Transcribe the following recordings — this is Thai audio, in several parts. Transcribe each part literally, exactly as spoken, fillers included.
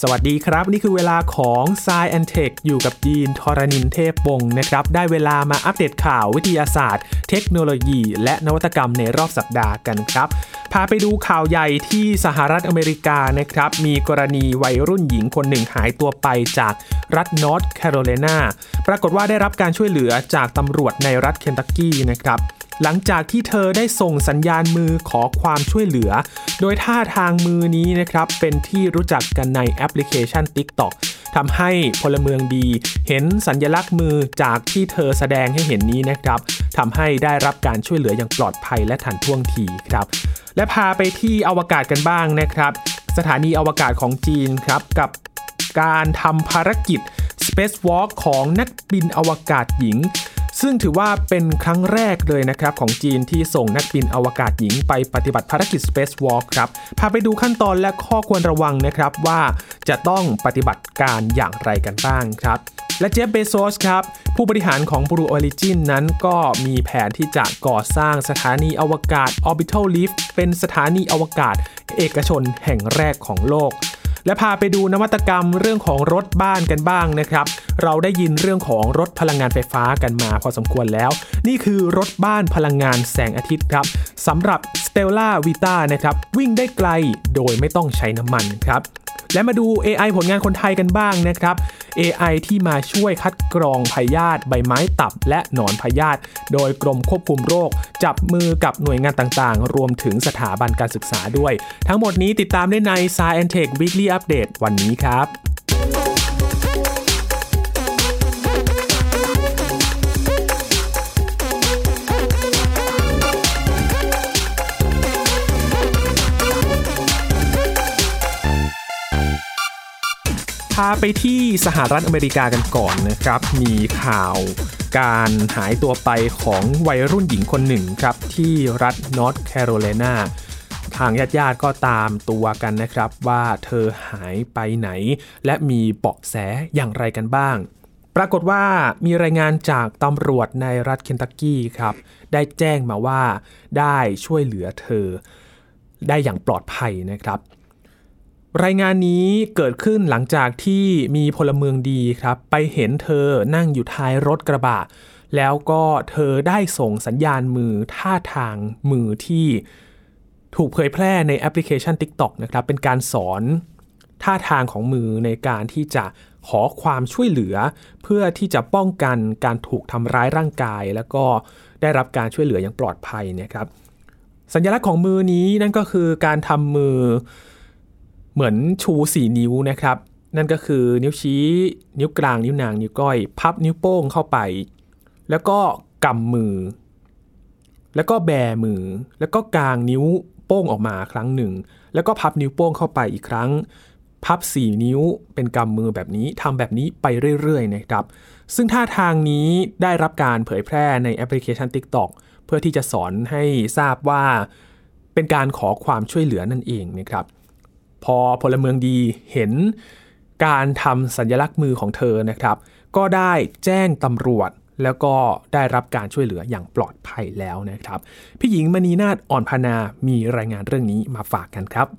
สวัสดีครับนี่คือเวลาของ Science แอนด์ Tech อยู่กับยีนทรณินเทพวงศ์นะครับได้เวลามาอัปเดตข่าววิทยาศาสตร์เทคโนโลยีและนวัตกรรมในรอบสัปดาห์กันครับพาไปดูข่าวใหญ่ที่สหรัฐอเมริกานะครับมีกรณีวัยรุ่นหญิงคนหนึ่งหายตัวไปจากรัฐนอร์ทแคโรไลนาปรากฏว่าได้รับการช่วยเหลือจากตำรวจในรัฐเคนตักกี้นะครับหลังจากที่เธอได้ส่งสัญญาณมือขอความช่วยเหลือโดยท่าทางมือนี้นะครับเป็นที่รู้จักกันในแอปพลิเคชัน TikTok ทำให้พลเมืองดีเห็นสัญลักษณ์มือจากที่เธอแสดงให้เห็นนี้นะครับทำให้ได้รับการช่วยเหลืออย่างปลอดภัยและทันท่วงทีครับและพาไปที่อวกาศกันบ้างนะครับสถานีอวกาศของจีนครับกับการทำภารกิจ Space Walk ของนักบินอวกาศหญิงซึ่งถือว่าเป็นครั้งแรกเลยนะครับของจีนที่ส่งนักบินอวกาศหญิงไปปฏิบัติภารกิจ Space Walk ครับพาไปดูขั้นตอนและข้อควรระวังนะครับว่าจะต้องปฏิบัติการอย่างไรกันบ้างครับและเจฟ เบโซสครับผู้บริหารของ Blue Origin นั้นก็มีแผนที่จะก่อสร้างสถานีอวกาศ Orbital Lift เป็นสถานีอวกาศเอกชนแห่งแรกของโลกและพาไปดูนวัตกรรมเรื่องของรถบ้านกันบ้างนะครับเราได้ยินเรื่องของรถพลังงานไฟฟ้ากันมาพอสมควรแล้วนี่คือรถบ้านพลังงานแสงอาทิตย์ครับสำหรับ Stella Vita นะครับวิ่งได้ไกลโดยไม่ต้องใช้น้ำมันครับและมาดู เอ ไอ ผลงานคนไทยกันบ้างนะครับ เอ ไอ ที่มาช่วยคัดกรองพยาธิใบไม้ตับและหนอนพยาธิโดยกรมควบคุมโรคจับมือกับหน่วยงานต่างๆรวมถึงสถาบันการศึกษาด้วยทั้งหมดนี้ติดตามได้ใน Science แอนด์ Tech Weekly Update วันนี้ครับพาไปที่สหรัฐอเมริกากันก่อนนะครับมีข่าวการหายตัวไปของวัยรุ่นหญิงคนหนึ่งครับที่รัฐนอร์ทแคโรไลนาทางญาติๆก็ตามตัวกันนะครับว่าเธอหายไปไหนและมีเบาะแสอย่างไรกันบ้างปรากฏว่ามีรายงานจากตำรวจในรัฐเคนตักกี้ครับได้แจ้งมาว่าได้ช่วยเหลือเธอได้อย่างปลอดภัยนะครับรายงานนี้เกิดขึ้นหลังจากที่มีพลเมืองดีครับไปเห็นเธอนั่งอยู่ท้ายรถกระบะแล้วก็เธอได้ส่งสัญญาณมือท่าทางมือที่ถูกเผยแพร่ในแอปพลิเคชัน TikTok นะครับเป็นการสอนท่าทางของมือในการที่จะขอความช่วยเหลือเพื่อที่จะป้องกันการถูกทำร้ายร่างกายแล้วก็ได้รับการช่วยเหลืออย่างปลอดภัยนะครับสัญลักษณ์ของมือนี้นั่นก็คือการทำมือเหมือนชูสี่นิ้วนะครับนั่นก็คือนิ้วชี้นิ้วกลางนิ้วนางนิ้วก้อยพับนิ้วโป้งเข้าไปแล้วก็กำมือแล้วก็แบมือแล้วก็กางนิ้วโป้งออกมาครั้งหนึ่งแล้วก็พับนิ้วโป้งเข้าไปอีกครั้งพับสี่นิ้วเป็นกำมือแบบนี้ทำแบบนี้ไปเรื่อยๆนะครับซึ่งท่าทางนี้ได้รับการเผยแพร่ในแอปพลิเคชัน TikTok เพื่อที่จะสอนให้ทราบว่าเป็นการขอความช่วยเหลือนั่นเองนะครับพอพลเมืองดีเห็นการทำสัญลักษณ์มือของเธอนะครับก็ได้แจ้งตำรวจแล้วก็ได้รับการช่วยเหลืออย่างปลอดภัยแล้วนะครับพี่หญิงมณีนาฏอ่อนพานามีรายงานเรื่องนี้มาฝากกันครับ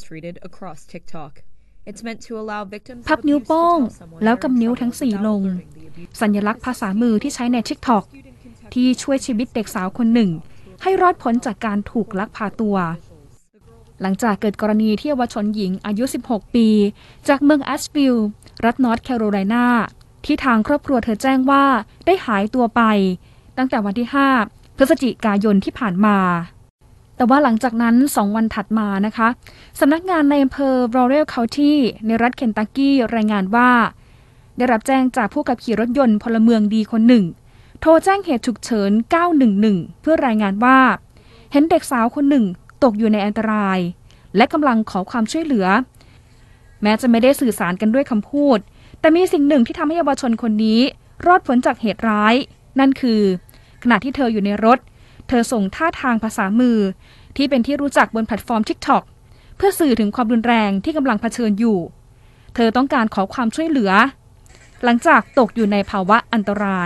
พับนิ้วโป้งแล้วกำนิ้วทั้งสี่ลงสัญลักษณ์ภาษามือที่ใช้ใน TikTok ที่ช่วยชีวิตเด็กสาวคนหนึ่งให้รอดพ้นจากการถูกลักพาตัวหลังจากเกิดกรณีที่เยาวชนหญิงอายุสิบหกปีจากเมืองแอชวิลล์รัฐนอร์ทแคโรไลนาที่ทางครอบครัวเธอแจ้งว่าได้หายตัวไปตั้งแต่วันที่ห้าพฤศจิกายนที่ผ่านมาแต่ว่าหลังจากนั้นสองวันถัดมานะคะสำนักงานในอำเภอลอเรลเคานตี้ในรัฐเคนตักกี้รายงานว่าได้รับแจ้งจากผู้ขับขี่รถยนต์พลเมืองดีคนหนึ่งโทรแจ้งเหตุฉุกเฉินเก้าหนึ่งหนึ่งเพื่อรายงานว่าเห็นเด็กสาวคนหนึ่งตกอยู่ในอันตรายและกำลังขอความช่วยเหลือแม้จะไม่ได้สื่อสารกันด้วยคำพูดแต่มีสิ่งหนึ่งที่ทำให้เยาวชนคนนี้รอดพ้นจากเหตุร้ายนั่นคือขณะที่เธออยู่ในรถเธอส่งท่าทางภาษามือที่เป็นที่รู้จักบนแพลตฟอร์ม TikTok เพื่อสื่อถึงความรุนแรงที่กำลังเผชิญอยู่เธอต้องการขอความช่วยเหลือหลังจากตกอยู่ในภาวะอันตราย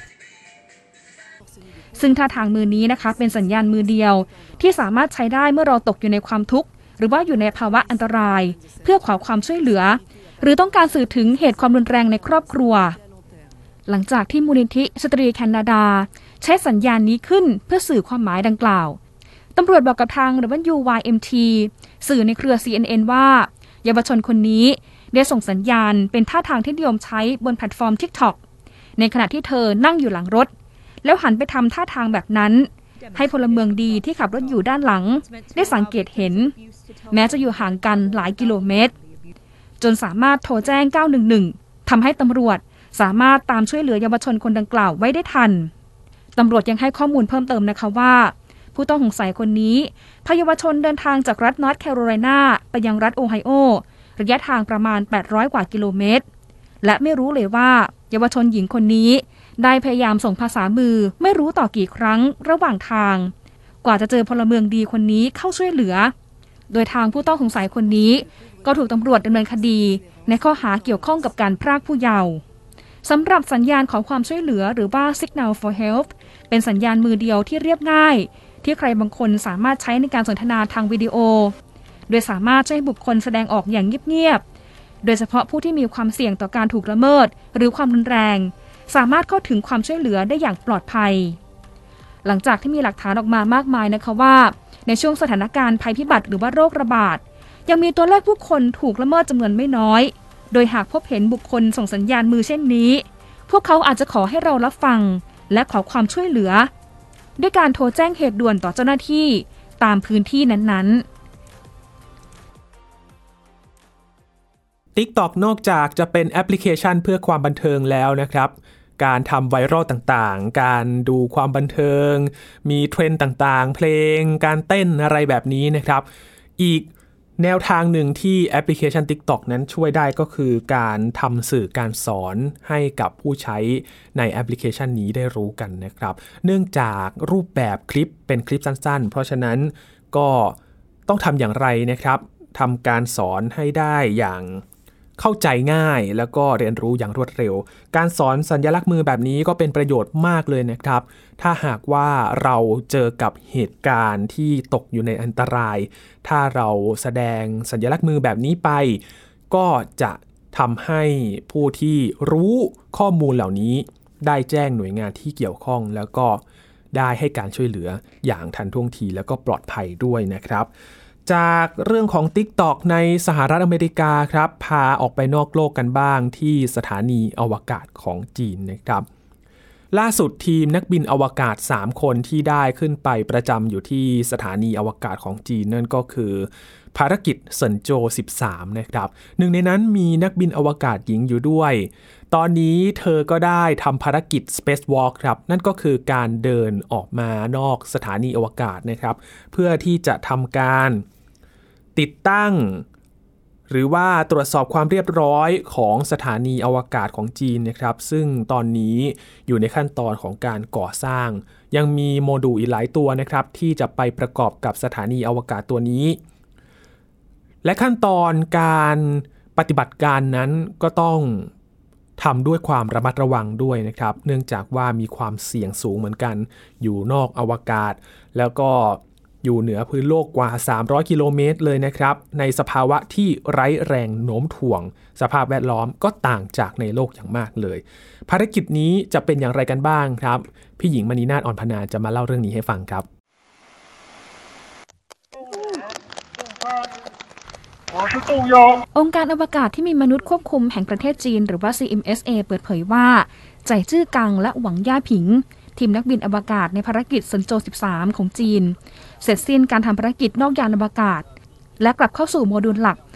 ซึ่งท่าทางมือนี้นะคะเป็นสัญญาณมือเดียวที่สามารถใช้ได้เมื่อเราตกอยู่ในความทุกข์หรือว่าอยู่ในภาวะอันตรายเพื่อขอความช่วยเหลือหรือต้องการสื่อถึงเหตุความรุนแรงในครอบครัวหลังจากที่มูลนิธิสตรีแคนาดาใช้สัญญาณนี้ขึ้นเพื่อสื่อความหมายดังกล่าวตำรวจบอกกับทาง ดับเบิลยู วาย เอ็ม ที สื่อในเครือ ซี เอ็น เอ็น ว่าเยาวชนคนนี้ได้ส่งสัญญาณเป็นท่าทางที่นิยมใช้บนแพลตฟอร์ม TikTok ในขณะที่เธอนั่งอยู่หลังรถแล้วหันไปทำท่าทางแบบนั้นให้พลเมืองดีที่ขับรถอยู่ด้านหลังได้สังเกตเห็นแม้จะอยู่ห่างกันหลายกิโลเมตรจนสามารถโทรแจ้งเก้าหนึ่งหนึ่งทำให้ตำรวจสามารถตามช่วยเหลือเยาวชนคนดังกล่าวไว้ได้ทันตำรวจยังให้ข้อมูลเพิ่มเติมนะคะว่าผู้ต้องสงสัยคนนี้พาเยาวชนเดินทางจากรัฐนอร์ทแคโรไลนาไปยังรัฐโอไฮโอระยะทางประมาณแปดร้อยกว่ากิโลเมตรและไม่รู้เลยว่าเยาวชนหญิงคนนี้ได้พยายามส่งภาษามือไม่รู้ต่อกี่ครั้งระหว่างทางกว่าจะเจอพลเมืองดีคนนี้เข้าช่วยเหลือโดยทางผู้ต้องสงสัยคนนี้ก็ถูกตำรวจดำเนินคดีในข้อหาเกี่ยวข้องกับการพรากผู้เยาว์สำหรับสัญญาณขอความช่วยเหลือหรือว่า Signal for Help เป็นสัญญาณมือเดียวที่เรียบง่ายที่ใครบางคนสามารถใช้ในการสนทนาทางวิดีโอโดยสามารถช่วยให้บุคคลแสดงออกอย่างเงียบๆโดยเฉพาะผู้ที่มีความเสี่ยงต่อการถูกละเมิดหรือความรุนแรงสามารถเข้าถึงความช่วยเหลือได้อย่างปลอดภัยหลังจากที่มีหลักฐานออกมามากมายนะคะว่าในช่วงสถานการณ์ภัยพิบัติหรือว่าโรคระบาดยังมีตัวเลขผู้คนถูกละเมิดจำนวนไม่น้อยโดยหากพบเห็นบุคคลส่งสัญญาณมือเช่นนี้พวกเขาอาจจะขอให้เรารับฟังและขอความช่วยเหลือด้วยการโทรแจ้งเหตุด่วนต่อเจ้าหน้าที่ตามพื้นที่นั้นๆ TikTok นอกจากจะเป็นแอปพลิเคชันเพื่อความบันเทิงแล้วนะครับการทำไวรัลต่างๆการดูความบันเทิงมีเทรนด์ต่างๆเพลงการเต้นอะไรแบบนี้นะครับอีกแนวทางหนึ่งที่แอปพลิเคชัน TikTok นั้นช่วยได้ก็คือการทำสื่อการสอนให้กับผู้ใช้ในแอปพลิเคชันนี้ได้รู้กันนะครับเนื่องจากรูปแบบคลิปเป็นคลิปสั้นๆเพราะฉะนั้นก็ต้องทำอย่างไรนะครับทำการสอนให้ได้อย่างเข้าใจง่ายแล้วก็เรียนรู้อย่างรวดเร็วการสอนสัญลักษณ์มือแบบนี้ก็เป็นประโยชน์มากเลยนะครับถ้าหากว่าเราเจอกับเหตุการณ์ที่ตกอยู่ในอันตรายถ้าเราแสดงสัญลักษณ์มือแบบนี้ไปก็จะทำให้ผู้ที่รู้ข้อมูลเหล่านี้ได้แจ้งหน่วยงานที่เกี่ยวข้องแล้วก็ได้ให้การช่วยเหลืออย่างทันท่วงทีแล้วก็ปลอดภัยด้วยนะครับจากเรื่องของ TikTok ในสหรัฐอเมริกาครับพาออกไปนอกโลกกันบ้างที่สถานีอวกาศของจีนนะครับล่าสุดทีมนักบินอวกาศสามคนที่ได้ขึ้นไปประจำอยู่ที่สถานีอวกาศของจีนนั่นก็คือภารกิจเซินโจสิบสามนะครับหนึ่งในนั้นมีนักบินอวกาศหญิงอยู่ด้วยตอนนี้เธอก็ได้ทำภารกิจ Spacewalk ครับนั่นก็คือการเดินออกมานอกสถานีอวกาศนะครับเพื่อที่จะทำการติดตั้งหรือว่าตรวจสอบความเรียบร้อยของสถานีอวกาศของจีนนะครับซึ่งตอนนี้อยู่ในขั้นตอนของการก่อสร้างยังมีโมดูลอีกหลายตัวนะครับที่จะไปประกอบกับสถานีอวกาศตัวนี้และขั้นตอนการปฏิบัติการนั้นก็ต้องทำด้วยความระมัดระวังด้วยนะครับเนื่องจากว่ามีความเสี่ยงสูงเหมือนกันอยู่นอกอวกาศแล้วก็อยู่เหนือพื้นโลกกว่าสามร้อยกิโลเมตรเลยนะครับในสภาวะที่ไร้แรงโน้มถ่วงสภาพแวดล้อมก็ต่างจากในโลกอย่างมากเลยภารกิจนี้จะเป็นอย่างไรกันบ้างครับพี่หญิงมณีนาฏอ่อนพนาจะมาเล่าเรื่องนี้ให้ฟังครับองค์การอวกาศที่มีมนุษย์ควบคุมแห่งประเทศจีนหรือว่า ซี เอ็ม เอส เอ เปิดเผยว่าใจจื้อกังและหวังย่าผิงทีมนักบินอวกาศในภารกิจเซินโจสิบสามของจีนเสร็จสิ้นการทำภารกิจนอกยานอวกาศและกลับเข้าสู่โมดูลหลัก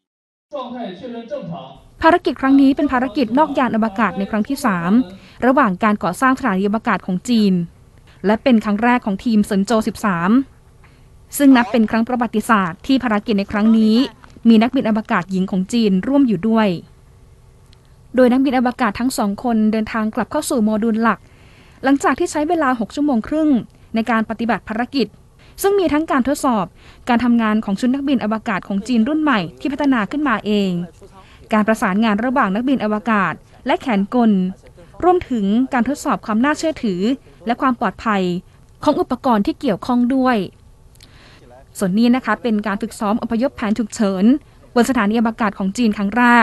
ภารกิจครั้งนี้เป็นภารกิจนอกยานอวกาศในครั้งที่สามระหว่างการก่อสร้างสถานีอวกาศของจีนและเป็นครั้งแรกของทีมเซินโจสิบสามซึ่งนับเป็นครั้งประวัติศาสตร์ที่ภารกิจในครั้งนี้มีนักบินอวกาศหญิงของจีนร่วมอยู่ด้วยโดยนักบินอวกาศทั้งสองคนเดินทางกลับเข้าสู่โมดูลหลักหลังจากที่ใช้เวลาหกชั่วโมงครึ่งในการปฏิบัติภารกิจซึ่งมีทั้งการทดสอบการทำงานของชุดนักบินอวกาศของจีนรุ่นใหม่ที่พัฒนาขึ้นมาเองการประสานงานระหว่างนักบินอวกาศและแขนกลรวมถึงการทดสอบความน่าเชื่อถือและความปลอดภัยของอุปกรณ์ที่เกี่ยวข้องด้วยส่วนนี้นะคะเป็นการฝึกซ้อมอพยพแผนฉุกเฉินบนสถานีอวกาศของจีนครั้งแรก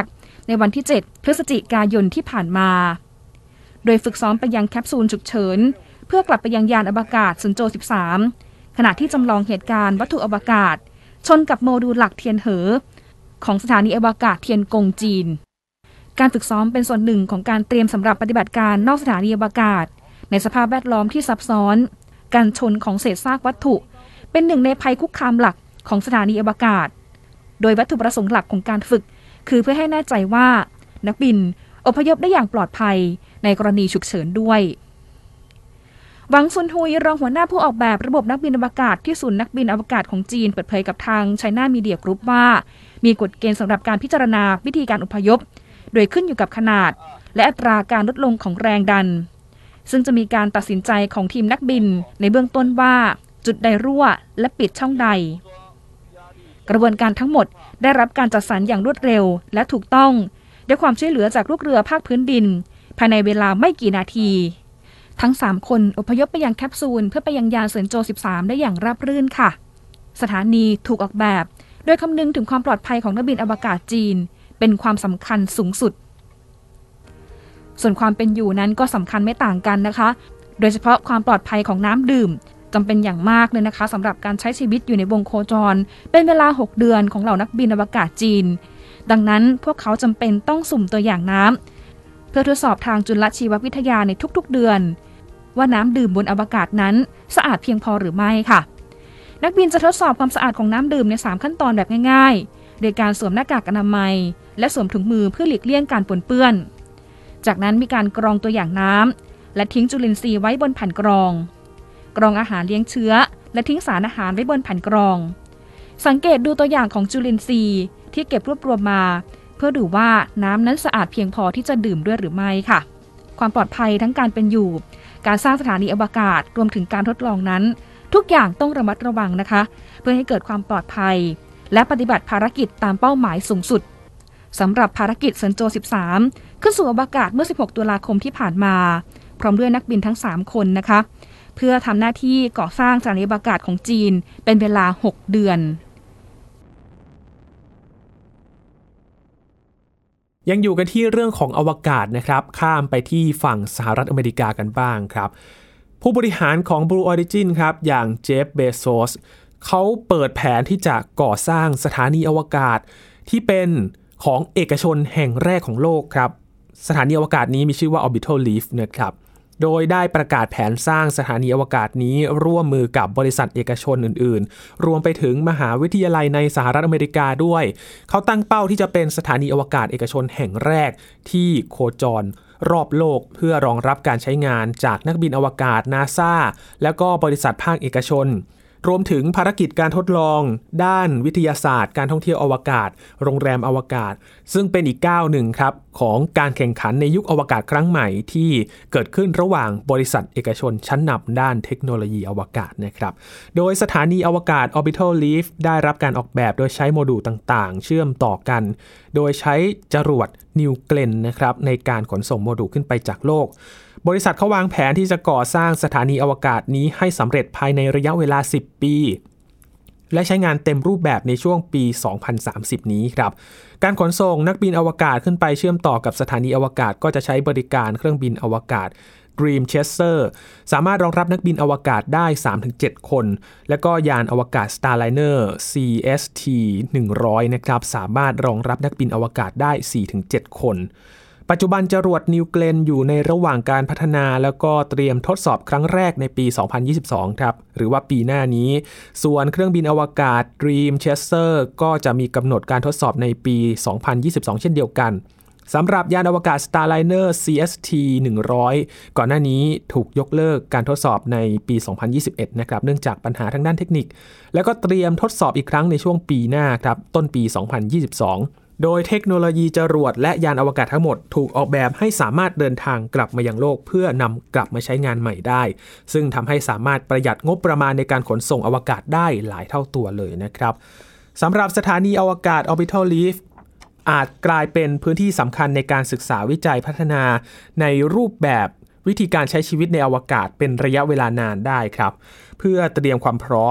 ในวันที่เจ็ดพฤศจิกายนที่ผ่านมาโดยฝึกซ้อมไปยังแคปซูลฉุกเฉินเพื่อกลับไปยังยานอวกาศซุนโจสิบสามขณะที่จำลองเหตุการณ์วัตถุอวกาศชนกับโมดูลหลักเทียนเหอของสถานีอวกาศเทียนกงจีนการฝึกซ้อมเป็นส่วนหนึ่งของการเตรียมสำหรับปฏิบัติการนอกสถานีอวกาศในสภาพแวดล้อมที่ซับซ้อนการชนของเศษซากวัตถุเป็นหนึ่งในภัยคุกคามหลักของสถานีอวกาศโดยวัตถุประสงค์หลักของการฝึกคือเพื่อให้แน่ใจว่านักบินอพยพได้อย่างปลอดภัยในกรณีฉุกเฉินด้วยหวังซุนฮุยรองหัวหน้าผู้ออกแบบระบบนักบินอวกาศที่ศูนย์นักบินอวกาศของจีนเปิดเผยกับทาง China Media Group ว่ามีกฎเกณฑ์สำหรับการพิจารณาวิธีการอพยพโดยขึ้นอยู่กับขนาดและอัตราการลดลงของแรงดันซึ่งจะมีการตัดสินใจของทีมนักบินในเบื้องต้นว่าจุดใดรั่วและปิดช่องใดกระบวนการทั้งหมดได้รับการจัดสรรอย่างรวดเร็วและถูกต้องด้วยความช่วยเหลือจากลูกเรือภาคพื้นดินภายในเวลาไม่กี่นาทีทั้งสามคนอพยพไปยังแคปซูลเพื่อไปยังยานเซินโจสิบสามได้อย่างราบรื่นค่ะสถานีถูกออกแบบโดยคำนึงถึงความปลอดภัยของนักบินอวกาศจีนเป็นความสำคัญสูงสุดส่วนความเป็นอยู่นั้นก็สำคัญไม่ต่างกันนะคะโดยเฉพาะความปลอดภัยของน้ำดื่มจำเป็นอย่างมากเลยนะคะสำหรับการใช้ชีวิตอยู่ในวงโคจรเป็นเวลาหกเดือนของเหล่านักบินอวกาศจีนดังนั้นพวกเขาจำเป็นต้องสุ่มตัวอย่างน้ำเพื่อทดสอบทางจุลชีววิทยาในทุกๆเดือนว่าน้ำดื่มบนอวกาศนั้นสะอาดเพียงพอหรือไม่ค่ะนักบินจะทดสอบความสะอาดของน้ำดื่มในสามขั้นตอนแบบง่ายๆโดยการสวมหน้ากากอนามัยและสวมถุงมือเพื่อหลีกเลี่ยงการปนเปื้อนจากนั้นมีการกรองตัวอย่างน้ำและทิ้งจุลินทรีย์ไว้บนแผ่นกรองกรองอาหารเลี้ยงเชื้อและทิ้งสารอาหารไว้บนแผ่นกรองสังเกตดูตัวอย่างของจุลินทรีย์ที่เก็บรวบรวมมาเพื่อดูว่าน้ำนั้นสะอาดเพียงพอที่จะดื่มด้วยหรือไม่ค่ะความปลอดภัยทั้งการเป็นอยู่การสร้างสถานีอวกาศรวมถึงการทดลองนั้นทุกอย่างต้องระมัดระวังนะคะเพื่อให้เกิดความปลอดภัยและปฏิบัติภารกิจตามเป้าหมายสูงสุดสำหรับภารกิจเซินโจสิบสามขึ้นสู่อวกาศเมื่อสิบหกตุลาคมที่ผ่านมาพร้อมด้วยนักบินทั้งสามคนนะคะเพื่อทำหน้าที่ก่อสร้างสถานีอวกาศของจีนเป็นเวลาหกเดือนยังอยู่กันที่เรื่องของอวกาศนะครับข้ามไปที่ฝั่งสหรัฐอเมริกากันบ้างครับผู้บริหารของ Blue Origin ครับอย่างเจฟ เบโซสเขาเปิดแผนที่จะก่อสร้างสถานีอวกาศที่เป็นของเอกชนแห่งแรกของโลกครับสถานีอวกาศนี้มีชื่อว่า Orbital Leaf นะครับโดยได้ประกาศแผนสร้างสถานีอวกาศนี้ร่วมมือกับบริษัทเอกชนอื่นๆรวมไปถึงมหาวิทยาลัยในสหรัฐอเมริกาด้วยเขาตั้งเป้าที่จะเป็นสถานีอวกาศเอกชนแห่งแรกที่โคจรรอบโลกเพื่อรองรับการใช้งานจากนักบินอวกาศ NASA แล้วก็บริษัทภาคเอกชนรวมถึงภารกิจการทดลองด้านวิทยาศาสตร์การท่องเที่ยวอวกาศโรงแรมอวกาศซึ่งเป็นอีกก้าวหนึ่งครับของการแข่งขันในยุคอวกาศครั้งใหม่ที่เกิดขึ้นระหว่างบริษัทเอกชนชั้นนำด้านเทคโนโลยีอวกาศนะครับโดยสถานีอวกาศ Orbital Leaf ได้รับการออกแบบโดยใช้โมดูลต่างๆเชื่อมต่อกันโดยใช้จรวดนิวเกลนนะครับในการขนส่งโมดูลขึ้นไปจากโลกบริษัทเขาวางแผนที่จะก่อสร้างสถานีอวกาศนี้ให้สำเร็จภายในระยะเวลาสิบปีและใช้งานเต็มรูปแบบในช่วงปีสองพันสามสิบนี้ครับการขนส่งนักบินอวกาศขึ้นไปเชื่อมต่อกับสถานีอวกาศก็จะใช้บริการเครื่องบินอวกาศ Dream Chaser สามารถรองรับนักบินอวกาศได้ สามถึงเจ็ด คนและก็ยานอวกาศ Starliner ซี เอส ที หนึ่งร้อย นะครับสามารถรองรับนักบินอวกาศได้ สี่ถึงเจ็ด คนปัจจุบันจรวดนิวเกลนอยู่ในระหว่างการพัฒนาแล้วก็เตรียมทดสอบครั้งแรกในปีสองพันยี่สิบสองครับหรือว่าปีหน้านี้ส่วนเครื่องบินอวกาศ Dream Chaser ก็จะมีกำหนดการทดสอบในปีสองพันยี่สิบสองเช่นเดียวกันสำหรับยานอวกาศ Starliner ซี เอส ที หนึ่งร้อย ก่อนหน้านี้ถูกยกเลิกการทดสอบในปีสองพันยี่สิบเอ็ดนะครับเนื่องจากปัญหาทางด้านเทคนิคแล้วก็เตรียมทดสอบอีกครั้งในช่วงปีหน้าครับต้นปีสองพันยี่สิบสองโดยเทคโนโลยีจรวดและยานอวกาศทั้งหมดถูกออกแบบให้สามารถเดินทางกลับมายังโลกเพื่อนำกลับมาใช้งานใหม่ได้ซึ่งทำให้สามารถประหยัดงบประมาณในการขนส่งอวกาศได้หลายเท่าตัวเลยนะครับสำหรับสถานีอวกาศ Orbital Leaf อาจกลายเป็นพื้นที่สำคัญในการศึกษาวิจัยพัฒนาในรูปแบบวิธีการใช้ชีวิตในอวกาศเป็นระยะเวลานานได้ครับเพื่อเตรียมความพร้อม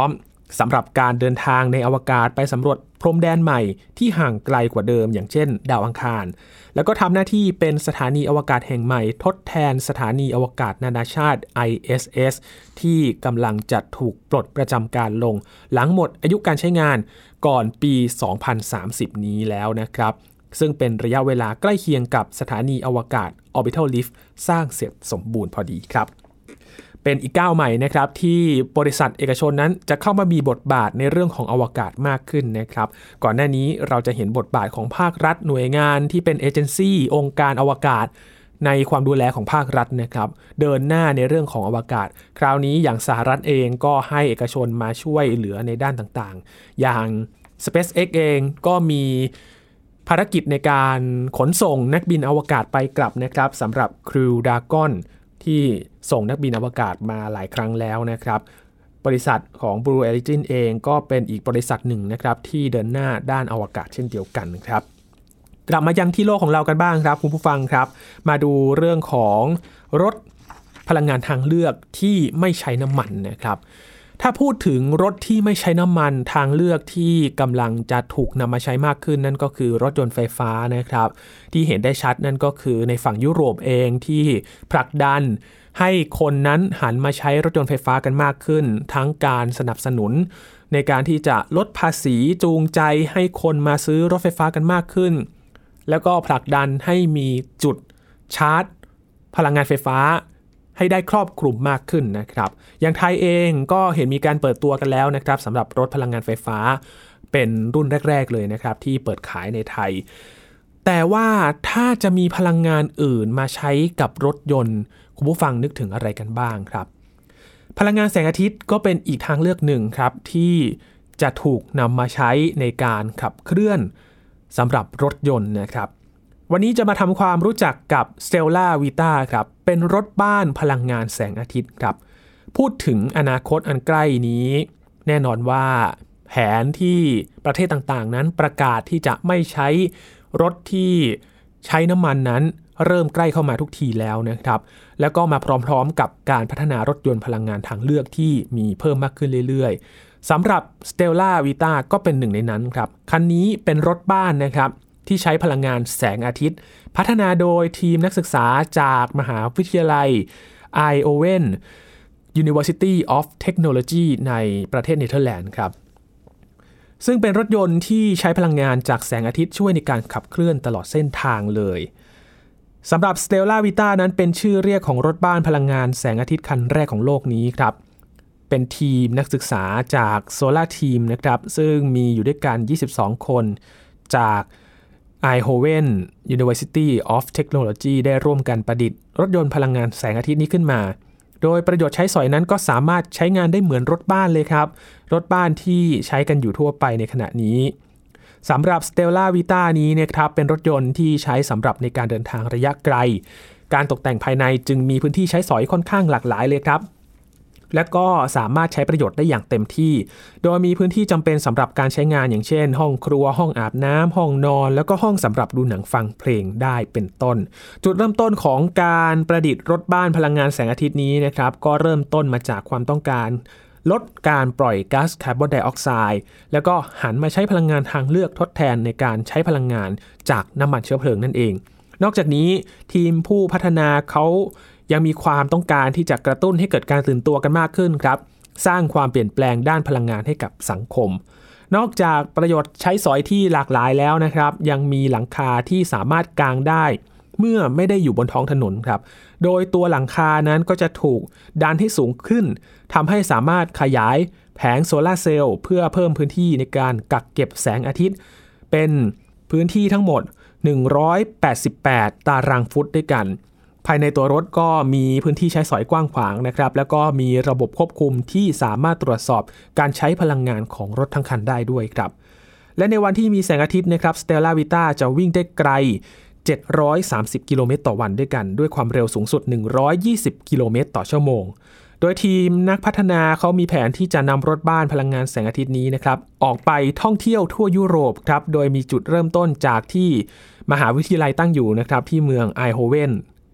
สำหรับการเดินทางในอวกาศไปสำรวจพรมแดนใหม่ที่ห่างไกลกว่าเดิมอย่างเช่นดาวอังคารแล้วก็ทำหน้าที่เป็นสถานีอวกาศแห่งใหม่ทดแทนสถานีอวกาศนานาชาติ ไอ เอส เอส ที่กำลังจะถูกปลดประจำการลงหลังหมดอายุการใช้งานก่อนปี สองพันสามสิบ นี้แล้วนะครับซึ่งเป็นระยะเวลาใกล้เคียงกับสถานีอวกาศ Orbital Lift สร้างเสร็จสมบูรณ์พอดีครับเป็นอีกก้าวใหม่นะครับที่บริษัทเอกชนนั้นจะเข้ามามีบทบาทในเรื่องของอวกาศมากขึ้นนะครับก่อนหน้านี้เราจะเห็นบทบาทของภาครัฐหน่วยงานที่เป็นเอเจนซี่องค์การอวกาศในความดูแลของภาครัฐนะครับเดินหน้าในเรื่องของอวกาศคราวนี้อย่างสหรัฐเองก็ให้เอกชนมาช่วยเหลือในด้านต่างๆอย่าง SpaceX เองก็มีภารกิจในการขนส่งนักบินอวกาศไปกลับนะครับสำหรับ Crew Dragonที่ส่งนักบินอวกาศมาหลายครั้งแล้วนะครับบริษัทของ Blue Origin เองก็เป็นอีกบริษัทหนึ่งนะครับที่เดินหน้าด้านอวกาศเช่นเดียวกันครับกลับมายังที่โลกของเรากันบ้างครับคุณผู้ฟังครับมาดูเรื่องของรถพลังงานทางเลือกที่ไม่ใช้น้ำมันนะครับถ้าพูดถึงรถที่ไม่ใช้น้ำมันทางเลือกที่กำลังจะถูกนำมาใช้มากขึ้นนั่นก็คือรถยนต์ไฟฟ้านะครับที่เห็นได้ชัดนั่นก็คือในฝั่งยุโรปเองที่ผลักดันให้คนนั้นหันมาใช้รถยนต์ไฟฟ้ากันมากขึ้นทั้งการสนับสนุนในการที่จะลดภาษีจูงใจให้คนมาซื้อรถไฟฟ้ากันมากขึ้นแล้วก็ผลักดันให้มีจุดชาร์จพลังงานไฟฟ้าให้ได้ครอบคลุมมากขึ้นนะครับอย่างไทยเองก็เห็นมีการเปิดตัวกันแล้วนะครับสำหรับรถพลังงานไฟฟ้าเป็นรุ่นแรกๆเลยนะครับที่เปิดขายในไทยแต่ว่าถ้าจะมีพลังงานอื่นมาใช้กับรถยนต์คุณผู้ฟังนึกถึงอะไรกันบ้างครับพลังงานแสงอาทิตย์ก็เป็นอีกทางเลือกหนึ่งครับที่จะถูกนำมาใช้ในการขับเคลื่อนสำหรับรถยนต์นะครับวันนี้จะมาทำความรู้จักกับ Stella Vita ครับเป็นรถบ้านพลังงานแสงอาทิตย์ครับพูดถึงอนาคตอันใกล้นี้แน่นอนว่าแผนที่ประเทศต่างๆนั้นประกาศที่จะไม่ใช้รถที่ใช้น้ำมันนั้นเริ่มใกล้เข้ามาทุกทีแล้วนะครับแล้วก็มาพร้อมๆกับการพัฒนารถยนต์พลังงานทางเลือกที่มีเพิ่มมากขึ้นเรื่อยๆสำหรับ Stella Vita ก็เป็นหนึ่งในนั้นครับคันนี้เป็นรถบ้านนะครับที่ใช้พลังงานแสงอาทิตย์พัฒนาโดยทีมนักศึกษาจากมหาวิทยาลัย Eindhoven University of Technology ในประเทศเนเธอร์แลนด์ครับซึ่งเป็นรถยนต์ที่ใช้พลังงานจากแสงอาทิตย์ช่วยในการขับเคลื่อนตลอดเส้นทางเลยสำหรับ Stella Vita นั้นเป็นชื่อเรียกของรถบ้านพลังงานแสงอาทิตย์คันแรกของโลกนี้ครับเป็นทีมนักศึกษาจาก Solar Team นะครับซึ่งมีอยู่ด้วยกันยี่สิบสองคนจาก Eindhoven University of Technology ได้ร่วมกันประดิษฐ์รถยนต์พลังงานแสงอาทิตย์นี้ขึ้นมาโดยประโยชน์ใช้สอยนั้นก็สามารถใช้งานได้เหมือนรถบ้านเลยครับรถบ้านที่ใช้กันอยู่ทั่วไปในขณะนี้สำหรับ Stella Vita นี้นะครับเป็นรถยนต์ที่ใช้สำหรับในการเดินทางระยะไกลการตกแต่งภายในจึงมีพื้นที่ใช้สอยค่อนข้างหลากหลายเลยครับและก็สามารถใช้ประโยชน์ได้อย่างเต็มที่โดยมีพื้นที่จำเป็นสำหรับการใช้งานอย่างเช่นห้องครัวห้องอาบน้ำห้องนอนแล้วก็ห้องสำหรับดูหนังฟังเพลงได้เป็นต้นจุดเริ่มต้นของการประดิษฐ์รถบ้านพลังงานแสงอาทิตย์นี้นะครับก็เริ่มต้นมาจากความต้องการลดการปล่อยก๊าซคาร์บอนไดออกไซด์แล้วก็หันมาใช้พลังงานทางเลือกทดแทนในการใช้พลังงานจากน้ำมันเชื้อเพลิงนั่นเองนอกจากนี้ทีมผู้พัฒนาเขายังมีความต้องการที่จะกระตุ้นให้เกิดการตื่นตัวกันมากขึ้นครับสร้างความเปลี่ยนแปลงด้านพลังงานให้กับสังคมนอกจากประโยชน์ใช้สอยที่หลากหลายแล้วนะครับยังมีหลังคาที่สามารถกางได้เมื่อไม่ได้อยู่บนท้องถนนครับโดยตัวหลังคานั้นก็จะถูกดันให้สูงขึ้นทำให้สามารถขยายแผงโซลาร์เซลล์เพื่อเพิ่มพื้นที่ในการกักเก็บแสงอาทิตย์เป็นพื้นที่ทั้งหมดหนึ่งร้อยแปดสิบแปดตารางฟุตด้วยกันภายในตัวรถก็มีพื้นที่ใช้สอยกว้างขวางนะครับแล้วก็มีระบบควบคุมที่สามารถตรวจสอบการใช้พลังงานของรถทั้งคันได้ด้วยครับและในวันที่มีแสงอาทิตย์นะครับ Stella Vita จะวิ่งได้ไกลเจ็ดร้อยสามสิบกิโลเมตรต่อวันด้วยกันด้วยความเร็วสูงสุดหนึ่งร้อยยี่สิบกิโลเมตรต่อชั่วโมงโดยทีมนักพัฒนาเขามีแผนที่จะนำรถบ้านพลังงานแสงอาทิตย์นี้นะครับออกไปท่องเที่ยวทั่วยุโรปครับโดยมีจุดเริ่มต้นจากที่มหาวิทยาลัยตั้งอยู่นะครับที่เมืองไอโฮเวน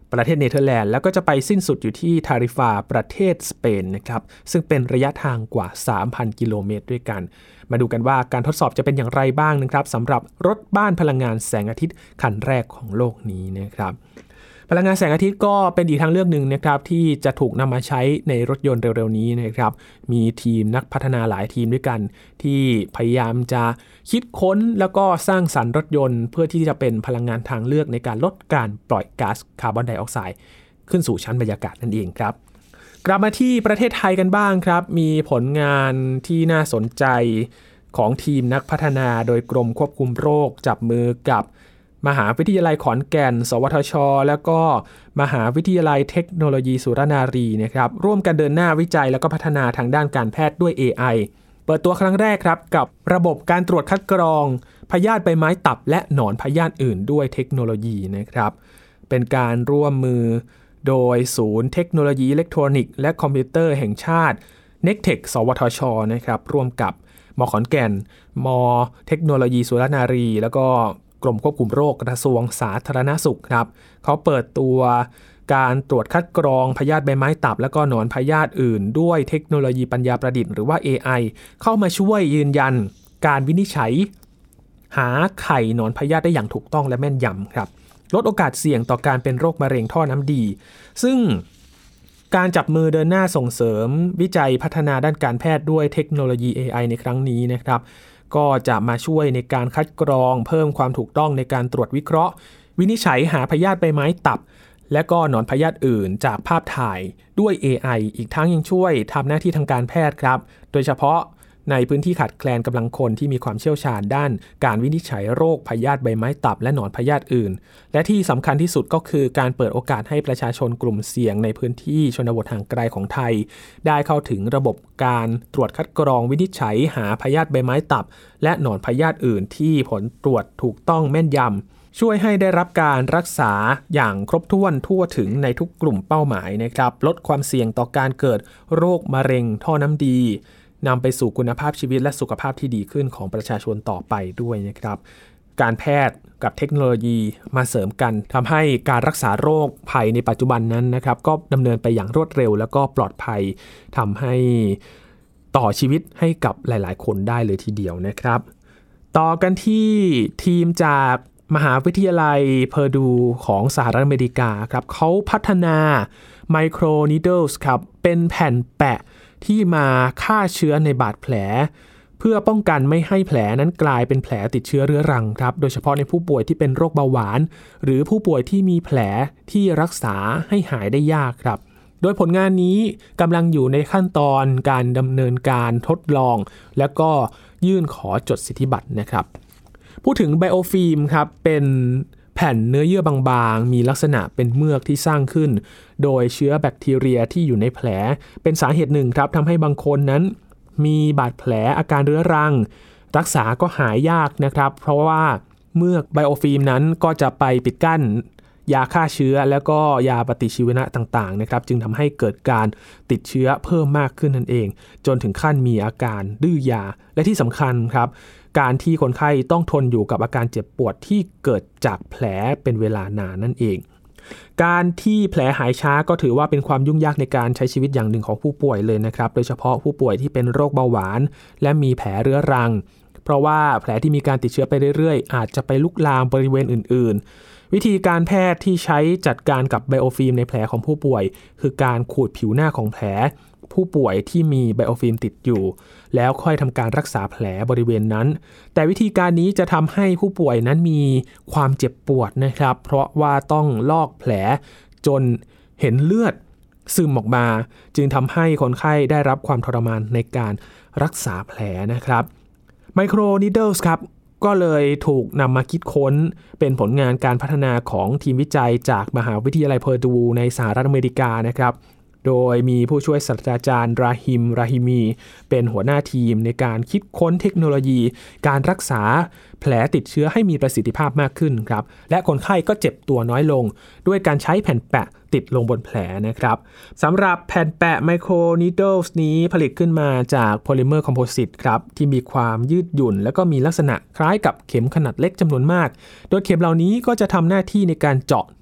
ประเทศเนเธอร์แลนด์แล้วก็จะไปสิ้นสุดอยู่ที่ทาริฟาประเทศสเปนนะครับซึ่งเป็นระยะทางกว่า สามพัน กิโลเมตรด้วยกันมาดูกันว่าการทดสอบจะเป็นอย่างไรบ้างนะครับสำหรับรถบ้านพลังงานแสงอาทิตย์คันแรกของโลกนี้นะครับพลังงานแสงอาทิตย์ก็เป็นอีกทางเลือกหนึ่งนะครับที่จะถูกนำมาใช้ในรถยนต์เร็วๆนี้นะครับมีทีมนักพัฒนาหลายทีมด้วยกันที่พยายามจะคิดค้นแล้วก็สร้างสรรค์รถยนต์เพื่อที่จะเป็นพลังงานทางเลือกในการลดการปล่อยก๊าซคาร์บอนไดออกไซด์ขึ้นสู่ชั้นบรรยากาศนั่นเองครับกลับมาที่ประเทศไทยกันบ้างครับมีผลงานที่น่าสนใจของทีมนักพัฒนาโดยกรมควบคุมโรคจับมือกับมหาวิทยาลัยขอนแก่นสวทช.แล้วก็มหาวิทยาลัยเทคโนโลยีสุรนารีนะครับร่วมกันเดินหน้าวิจัยแล้วก็พัฒนาทางด้านการแพทย์ด้วย เอ ไอ เปิดตัวครั้งแรกครับกับระบบการตรวจคัดกรองพยาธิใบไม้ตับและหนอนพยาธิอื่นด้วยเทคโนโลยีนะครับเป็นการร่วมมือโดยศูนย์เทคโนโลยีอิเล็กทรอนิกส์และคอมพิวเตอร์แห่งชาติ เน็กเทค สวทช.นะครับร่วมกับม.ขอนแก่นม.เทคโนโลยีสุรนารีแล้วก็กรมควบคุมโรคกระทรวงสาธารณสุขครับเขาเปิดตัวการตรวจคัดกรองพยาธิใบไม้ตับและก็หนอนพยาธิอื่นด้วยเทคโนโลยีปัญญาประดิษฐ์หรือว่า เอ ไอ เข้ามาช่วยยืนยันการวินิจฉัยหาไข่หนอนพยาธิได้อย่างถูกต้องและแม่นยำครับลดโอกาสเสี่ยงต่อการเป็นโรคมะเร็งท่อน้ำดีซึ่งการจับมือเดินหน้าส่งเสริมวิจัยพัฒนาด้านการแพทย์ด้วยเทคโนโลยี เอ ไอ ในครั้งนี้นะครับก็จะมาช่วยในการคัดกรองเพิ่มความถูกต้องในการตรวจวิเคราะห์วินิจฉัยหาพยาธิใบไม้ตับและก็หนอนพยาธิอื่นจากภาพถ่ายด้วย เอ ไอ อีกทั้งยังช่วยทำหน้าที่ทางการแพทย์ครับโดยเฉพาะในพื้นที่ขาดแคลนกำลังคนที่มีความเชี่ยวชาญด้านการวินิจฉัยโรคพยาธิใบไม้ตับและหนอนพยาธิอื่นและที่สำคัญที่สุดก็คือการเปิดโอกาสให้ประชาชนกลุ่มเสี่ยงในพื้นที่ชนบทห่างไกลของไทยได้เข้าถึงระบบการตรวจคัดกรองวินิจฉัยหาพยาธิใบไม้ตับและหนอนพยาธิอื่นที่ผลตรวจถูกต้องแม่นยำช่วยให้ได้รับการรักษาอย่างครบถ้วนทั่วถึงในทุกกลุ่มเป้าหมายนะครับลดความเสี่ยงต่อการเกิดโรคมะเร็งท่อน้ำดีนำไปสู่คุณภาพชีวิตและสุขภาพที่ดีขึ้นของประชาชนต่อไปด้วยนะครับการแพทย์กับเทคโนโลยีมาเสริมกันทำให้การรักษาโรคภัยในปัจจุบันนั้นนะครับก็ดำเนินไปอย่างรวดเร็วแล้วก็ปลอดภัยทำให้ต่อชีวิตให้กับหลายๆคนได้เลยทีเดียวนะครับต่อกันที่ทีมจากมหาวิทยาลัยเพอร์ดูของสหรัฐอเมริกาครับเขาพัฒนา Micro Needles ครับเป็นแผ่นแปะที่มาฆ่าเชื้อในบาดแผลเพื่อป้องกันไม่ให้แผลนั้นกลายเป็นแผลติดเชื้อเรื้อรังครับโดยเฉพาะในผู้ป่วยที่เป็นโรคเบาหวานหรือผู้ป่วยที่มีแผลที่รักษาให้หายได้ยากครับโดยผลงานนี้กำลังอยู่ในขั้นตอนการดำเนินการทดลองและก็ยื่นขอจดสิทธิบัตรนะครับพูดถึงไบโอฟิล์มครับเป็นแผ่นเนื้อเยื่อบางๆมีลักษณะเป็นเมือกที่สร้างขึ้นโดยเชื้อแบคทีเรียที่อยู่ในแผลเป็นสาเหตุหนึ่งครับทำให้บางคนนั้นมีบาดแผลอาการเรื้อรังรักษาก็หายยากนะครับเพราะว่าเมือกไบโอฟิล์มนั้นก็จะไปปิดกั้นยาฆ่าเชื้อแล้วก็ยาปฏิชีวนะต่างๆนะครับจึงทำให้เกิดการติดเชื้อเพิ่มมากขึ้นนั่นเองจนถึงขั้นมีอาการดื้อยาและที่สำคัญครับการที่คนไข้ต้องทนอยู่กับอาการเจ็บปวดที่เกิดจากแผลเป็นเวลานานนั่นเองการที่แผลหายช้าก็ถือว่าเป็นความยุ่งยากในการใช้ชีวิตอย่างหนึ่งของผู้ป่วยเลยนะครับโดยเฉพาะผู้ป่วยที่เป็นโรคเบาหวานและมีแผลเรื้อรังเพราะว่าแผลที่มีการติดเชื้อไปเรื่อยๆอาจจะไปลุกลามบริเวณอื่นๆวิธีการแพทย์ที่ใช้จัดการกับไบโอฟิล์มในแผลของผู้ป่วยคือการขูดผิวหน้าของแผลผู้ป่วยที่มีไบโอฟิล์มติดอยู่แล้วค่อยทำการรักษาแผลบริเวณนั้นแต่วิธีการนี้จะทำให้ผู้ป่วยนั้นมีความเจ็บปวดนะครับเพราะว่าต้องลอกแผลจนเห็นเลือดซึมออกมาจึงทำให้คนไข้ได้รับความทรมานในการรักษาแผลนะครับ Micro Needles ครับก็เลยถูกนำมาคิดค้นเป็นผลงานการพัฒนาของทีมวิจัยจากมหาวิทยาลัยเพอร์ดูในสหรัฐอเมริกานะครับโดยมีผู้ช่วยศาสตราจารย์ราฮิมราฮิมีเป็นหัวหน้าทีมในการคิดค้นเทคโนโลยีการรักษาแผลติดเชื้อให้มีประสิทธิภาพมากขึ้นครับและคนไข้ก็เจ็บตัวน้อยลงด้วยการใช้แผ่นแปะติดลงบนแผลนะครับสำหรับแผ่นแปะ Micro Needles นี้ผลิตขึ้นมาจากโพลิเมอร์คอมโพสิตครับที่มีความยืดหยุ่นและก็มีลักษณะคล้ายกับเข็มขนาดเล็กจำนวนมากโดยเข็มเหล่านี้ก็จะทำหน้าที่ในการเจาะ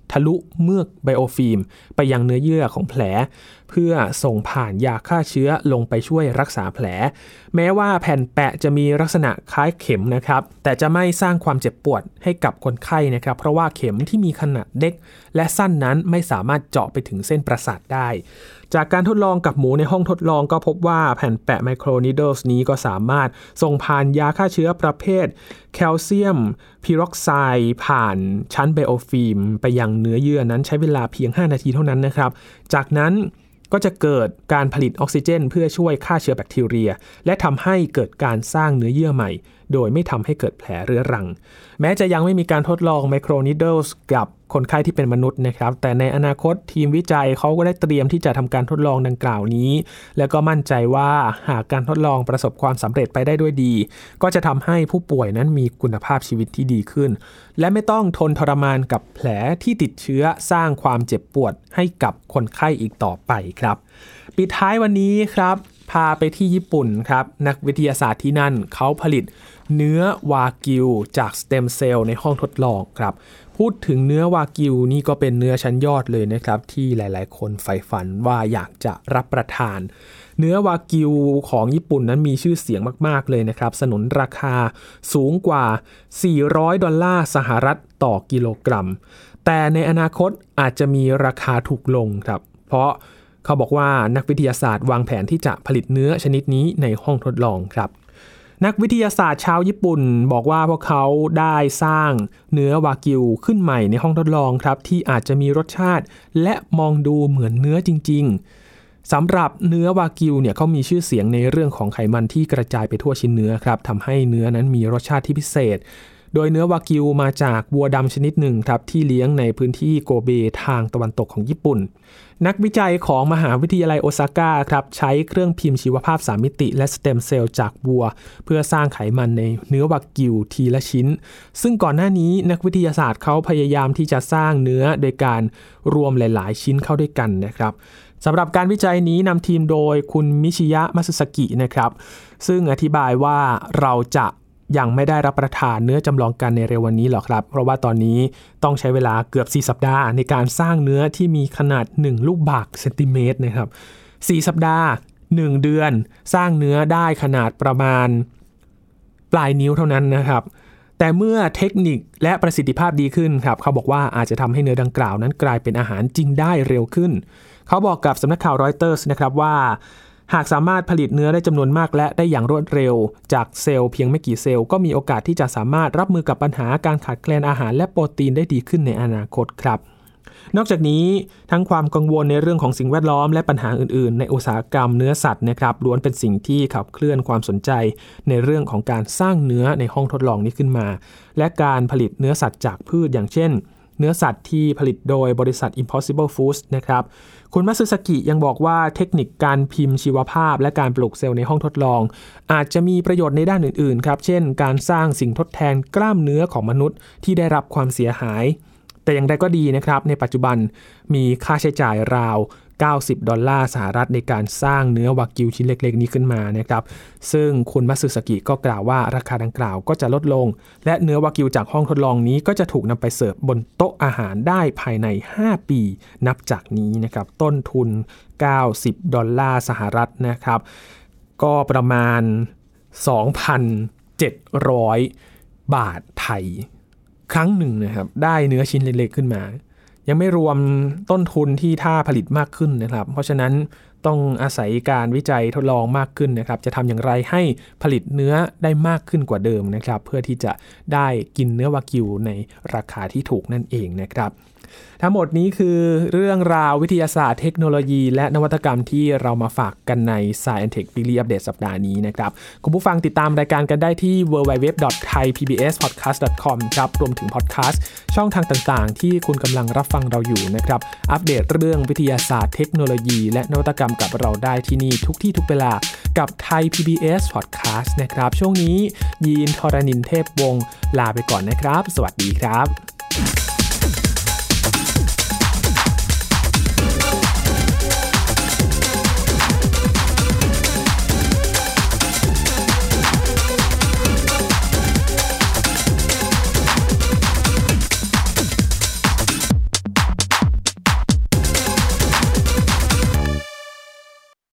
ทะลุเมือกไบโอฟิล์มไปยังเนื้อเยื่อของแผลเพื่อส่งผ่านยาฆ่าเชื้อลงไปช่วยรักษาแผลแม้ว่าแผ่นแปะจะมีลักษณะคล้ายเข็มนะครับแต่จะไม่สร้างความเจ็บปวดให้กับคนไข้นะครับเพราะว่าเข็มที่มีขนาดเล็กและสั้นนั้นไม่สามารถเจาะไปถึงเส้นประสาทได้จากการทดลองกับหมูในห้องทดลองก็พบว่าแผ่นแปะไมโครนีดเดิลส์นี้ก็สามารถส่งผ่านยาฆ่าเชื้อประเภทแคลเซียมพีรอกไซด์ผ่านชั้นไบโอฟิล์มไปยังเนื้อเยื่อนั้นใช้เวลาเพียงห้านาทีเท่านั้นนะครับจากนั้นก็จะเกิดการผลิตออกซิเจนเพื่อช่วยฆ่าเชื้อแบคทีเรียและทำให้เกิดการสร้างเนื้อเยื่อใหม่โดยไม่ทำให้เกิดแผลเรื้อรังแม้จะยังไม่มีการทดลองไมโครนีดเดิลส์กับคนไข้ที่เป็นมนุษย์นะครับแต่ในอนาคตทีมวิจัยเขาก็ได้เตรียมที่จะทำการทดลองดังกล่าวนี้แล้วก็มั่นใจว่าหากการทดลองประสบความสำเร็จไปได้ด้วยดีก็จะทำให้ผู้ป่วยนั้นมีคุณภาพชีวิตที่ดีขึ้นและไม่ต้องทนทรมานกับแผลที่ติดเชื้อสร้างความเจ็บปวดให้กับคนไข้อีกต่อไปครับปิดท้ายวันนี้ครับพาไปที่ญี่ปุ่นครับนักวิทยาศาสตร์ที่นั่นเขาผลิตเนื้อวากิวจากสเต็มเซลล์ในห้องทดลองครับพูดถึงเนื้อวากิวนี่ก็เป็นเนื้อชั้นยอดเลยนะครับที่หลายๆคนใฝ่ฝันว่าอยากจะรับประทานเนื้อวากิวของญี่ปุ่นนั้นมีชื่อเสียงมากๆเลยนะครับสนุนราคาสูงกว่าสี่ร้อยดอลลาร์สหรัฐต่อกิโลกรัมแต่ในอนาคตอาจจะมีราคาถูกลงครับเพราะเขาบอกว่านักวิทยาศาสตร์วางแผนที่จะผลิตเนื้อชนิดนี้ในห้องทดลองครับนักวิทยาศาสตร์ชาวญี่ปุ่นบอกว่าพวกเขาได้สร้างเนื้อวากิวขึ้นใหม่ในห้องทดลองครับที่อาจจะมีรสชาติและมองดูเหมือนเนื้อจริงๆสำหรับเนื้อวากิวเนี่ยเขามีชื่อเสียงในเรื่องของไขมันที่กระจายไปทั่วชิ้นเนื้อครับทำให้เนื้อนั้นมีรสชาติที่พิเศษโดยเนื้อวากิวมาจากวัวดำชนิดหนึ่งครับที่เลี้ยงในพื้นที่โกเบทางตะวันตกของญี่ปุ่นนักวิจัยของมหาวิทยาลัยโอซาก้าครับใช้เครื่องพิมพ์ชีวภาพสามมิติและสเต็มเซลล์จากวัวเพื่อสร้างไขมันในเนื้อวากิวทีละชิ้นซึ่งก่อนหน้านี้นักวิทยาศาสตร์เขาพยายามที่จะสร้างเนื้อโดยการรวมหลายๆชิ้นเข้าด้วยกันนะครับสำหรับการวิจัยนี้นำทีมโดยคุณมิชิยะมัตสึสกินะครับซึ่งอธิบายว่าเราจะยังไม่ได้รับประทานเนื้อจำลองกันในเร็ววันนี้หรอกครับเพราะว่าตอนนี้ต้องใช้เวลาเกือบสี่สัปดาห์ในการสร้างเนื้อที่มีขนาดหนึ่งลูกบากเซนติเมตรนะครับสี่สัปดาห์หนึ่งเดือนสร้างเนื้อได้ขนาดประมาณปลายนิ้วเท่านั้นนะครับแต่เมื่อเทคนิคและประสิทธิภาพดีขึ้นครับเขาบอกว่าอาจจะทำให้เนื้อดังกล่าวนั้นกลายเป็นอาหารจริงได้เร็วขึ้นเขาบอกกับสำนักข่าวรอยเตอร์สนะครับว่าหากสามารถผลิตเนื้อได้จำนวนมากและได้อย่างรวดเร็วจากเซลล์เพียงไม่กี่เซลล์ก็มีโอกาสที่จะสามารถรับมือกับปัญหาการขาดแคลนอาหารและโปรตีนได้ดีขึ้นในอนาคตครับนอกจากนี้ทั้งความกังวลในเรื่องของสิ่งแวดล้อมและปัญหาอื่นๆในอุตสาหกรรมเนื้อสัตว์นะครับล้วนเป็นสิ่งที่ขับเคลื่อนความสนใจในเรื่องของการสร้างเนื้อในห้องทดลองนี้ขึ้นมาและการผลิตเนื้อสัตว์จากพืชอย่างเช่นเนื้อสัตว์ที่ผลิตโดยบริษัท Impossible Foods นะครับคุณมัตสึสกิยังบอกว่าเทคนิคการพิมพ์ชีวภาพและการปลูกเซลล์ในห้องทดลองอาจจะมีประโยชน์ในด้านอื่นๆครับเช่นการสร้างสิ่งทดแทนกล้ามเนื้อของมนุษย์ที่ได้รับความเสียหายแต่อย่างใดก็ดีนะครับในปัจจุบันมีค่าใช้จ่ายราวเก้าสิบดอลลาร์สหรัฐในการสร้างเนื้อวากิวชิ้นเล็กๆนี้ขึ้นมานะครับซึ่งคุณมัตสึสกิก็กล่าวว่าราคาดังกล่าวก็จะลดลงและเนื้อวากิวจากห้องทดลองนี้ก็จะถูกนำไปเสิร์ฟบนโต๊ะอาหารได้ภายในห้าปีนับจากนี้นะครับต้นทุนเก้าสิบดอลลาร์สหรัฐนะครับก็ประมาณ สองพันเจ็ดร้อย บาทไทยครั้งหนึ่งนะครับได้เนื้อชิ้นเล็กๆขึ้นมายังไม่รวมต้นทุนที่ถ้าผลิตมากขึ้นนะครับเพราะฉะนั้นต้องอาศัยการวิจัยทดลองมากขึ้นนะครับจะทำอย่างไรให้ผลิตเนื้อได้มากขึ้นกว่าเดิมนะครับเพื่อที่จะได้กินเนื้อวากิวในราคาที่ถูกนั่นเองนะครับทั้งหมดนี้คือเรื่องราววิทยาศาสตร์เทคโนโลยีและนวัตกรรมที่เรามาฝากกันใน Science Tech Weekly Update สัปดาห์นี้นะครับคุณผู้ฟังติดตามรายการกันได้ที่ ดับเบิลยู ดับเบิลยู ดับเบิลยู ดอท ไทย พี บี เอส พอดแคสต์ ดอท คอม ครับรวมถึงพอดแคสต์ช่องทางต่างๆที่คุณกำลังรับฟังเราอยู่นะครับอัปเดตเรื่องวิทยาศาสตร์เทคโนโลยีและนวัตกรรมกับเราได้ที่นี่ทุกที่ทุกเวลากับไทย พี บี เอส Podcast นะครับช่วงนี้ยีนทรณินเทพวงศ์ลาไปก่อนนะครับสวัสดีครับ